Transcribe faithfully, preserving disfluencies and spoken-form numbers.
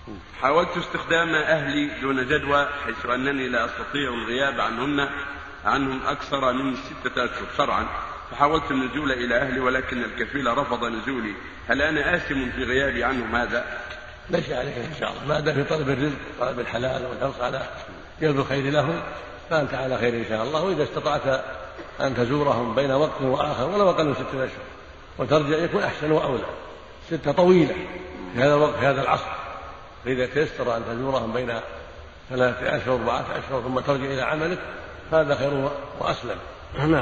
حاولت استخدام أهلي دون جدوى، حيث أنني لا أستطيع الغياب عنهن عنهم أكثر من ستة أشهر شرعا، فحاولت النزول إلى أهلي ولكن الكفيل رفض نزولي، هل أنا آثم في غيابي عنهم هذا؟ ليس عليك إن شاء الله، ما دام في طلب الرزق طلب الحلال والحرص على جلب الخير لهم فأنت على خير إن شاء الله. وإذا استطعت أن تزورهم بين وقت وآخر ولو أقل من ستة أشهر وترجع يكون أحسن وأولى، ستة طويلة في هذا الوقت في هذا العصر، فإذا تيسر أن تزورهم بين ثلاثة أشهر وأربعة أشهر ثم ترجع إلى عملك هذا خير وأسلم.